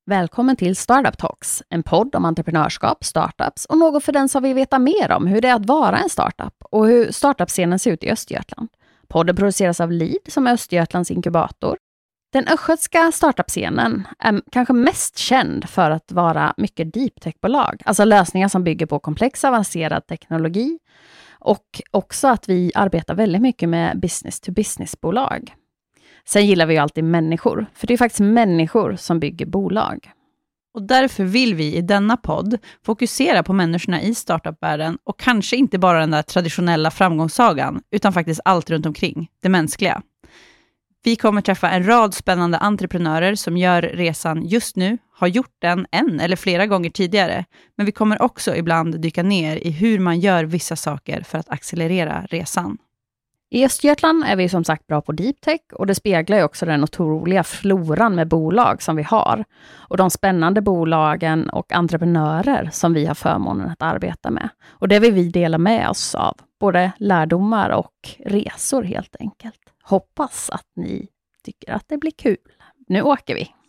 Välkommen till Startup Talks, en podd om entreprenörskap, startups och något för den som vill veta mer om hur det är att vara en startup och hur startup-scenen ser ut i Östergötland. Podden produceras av LEED som är Östergötlands inkubator. Den östgötska startup-scenen är kanske mest känd för att vara mycket deep tech-bolag, alltså lösningar som bygger på komplex avancerad teknologi och också att vi arbetar väldigt mycket med business-to-business-bolag. Sen gillar vi ju alltid människor, för det är faktiskt människor som bygger bolag. Och därför vill vi i denna podd fokusera på människorna i startupvärlden och kanske inte bara den där traditionella framgångssagan, utan faktiskt allt runt omkring, det mänskliga. Vi kommer träffa en rad spännande entreprenörer som gör resan just nu, har gjort den en eller flera gånger tidigare, men vi kommer också ibland dyka ner i hur man gör vissa saker för att accelerera resan. I Östergötland är vi som sagt bra på deep tech och det speglar ju också den otroliga floran med bolag som vi har och de spännande bolagen och entreprenörer som vi har förmånen att arbeta med. Och det vill vi dela med oss av, både lärdomar och resor helt enkelt. Hoppas att ni tycker att det blir kul. Nu åker vi!